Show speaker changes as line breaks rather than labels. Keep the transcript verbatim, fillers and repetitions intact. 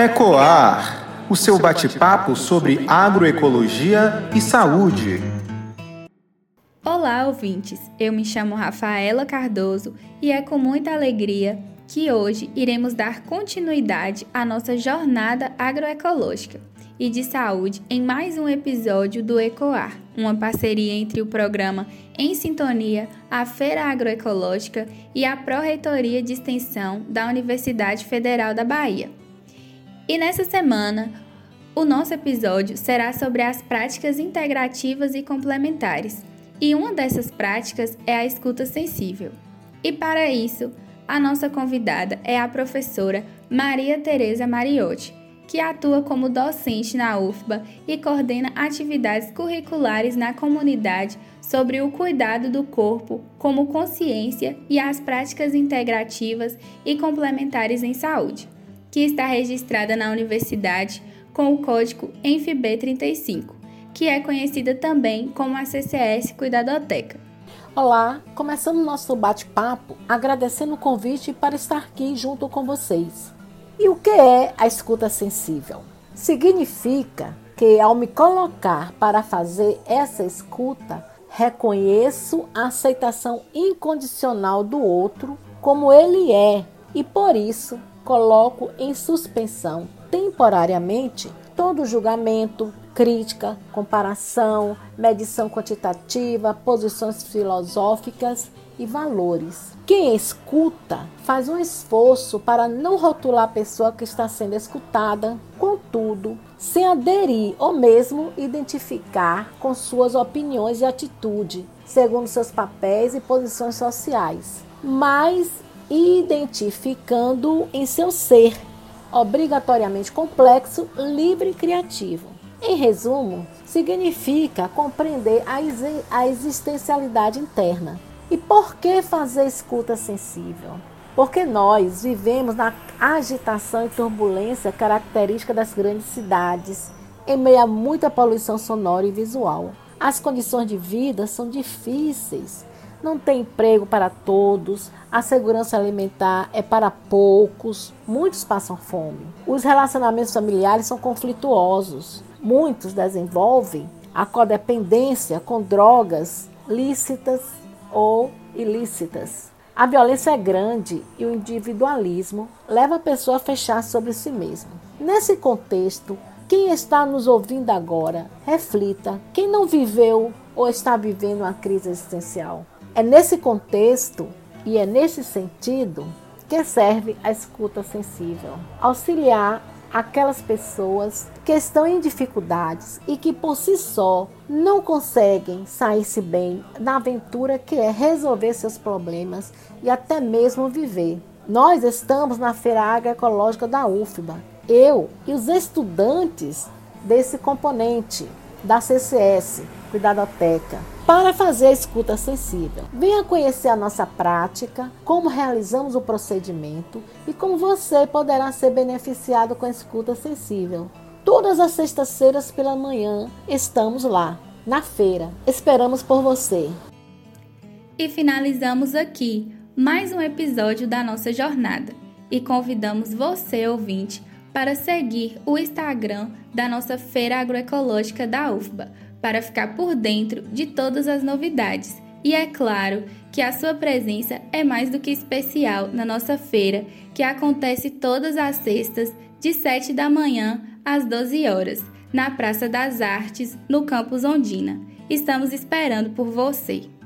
Ecoar, o seu bate-papo sobre agroecologia e saúde.
Olá, ouvintes! Eu me chamo Rafaela Cardoso e é com muita alegria que hoje iremos dar continuidade à nossa jornada agroecológica e de saúde em mais um episódio do Ecoar, uma parceria entre o programa Em Sintonia, a Feira Agroecológica e a Pró-Reitoria de Extensão da Universidade Federal da Bahia. E nessa semana, o nosso episódio será sobre as práticas integrativas e complementares, e uma dessas práticas é a escuta sensível. E para isso, a nossa convidada é a professora Maria Tereza Mariotti, que atua como docente na U F B A e coordena atividades curriculares na comunidade sobre o cuidado do corpo como consciência e as práticas integrativas e complementares em saúde, que está registrada na universidade com o código E N F B trinta e cinco, que é conhecida também como a C C S Cuidadoteca.
Olá, começando o nosso bate-papo, agradecendo o convite para estar aqui junto com vocês. E o que é a escuta sensível? Significa que ao me colocar para fazer essa escuta, reconheço a aceitação incondicional do outro como ele é e por isso coloco em suspensão temporariamente todo julgamento, crítica, comparação, medição quantitativa, posições filosóficas e valores. Quem escuta faz um esforço para não rotular a pessoa que está sendo escutada, contudo, sem aderir ou mesmo identificar com suas opiniões e atitude, segundo seus papéis e posições sociais, mas identificando em seu ser, obrigatoriamente complexo, livre e criativo. Em resumo, significa compreender a, ex- a existencialidade interna. E por que fazer escuta sensível? Porque nós vivemos na agitação e turbulência característica das grandes cidades, em meio a muita poluição sonora e visual. As condições de vida são difíceis, não tem emprego para todos, a segurança alimentar é para poucos, muitos passam fome. Os relacionamentos familiares são conflituosos, muitos desenvolvem a codependência com drogas lícitas ou ilícitas. A violência é grande e o individualismo leva a pessoa a fechar sobre si mesmo. Nesse contexto, quem está nos ouvindo agora, reflita, quem não viveu ou está vivendo uma crise existencial. É nesse contexto e é nesse sentido que serve a escuta sensível. Auxiliar aquelas pessoas que estão em dificuldades e que por si só não conseguem sair-se bem na aventura que é resolver seus problemas e até mesmo viver. Nós estamos na Feira Agroecológica da U F B A, eu e os estudantes desse componente da C C S Cuidadoteca, para fazer a escuta sensível. Venha conhecer a nossa prática, como realizamos o procedimento e como você poderá ser beneficiado com a escuta sensível. Todas as sextas-feiras pela manhã estamos lá, na feira. Esperamos por você.
E finalizamos aqui mais um episódio da nossa jornada e convidamos você, ouvinte, para seguir o Instagram da nossa Feira Agroecológica da U F B A, para ficar por dentro de todas as novidades. E é claro que a sua presença é mais do que especial na nossa feira, que acontece todas as sextas, de sete da manhã às doze horas, na Praça das Artes, no Campus Ondina. Estamos esperando por você!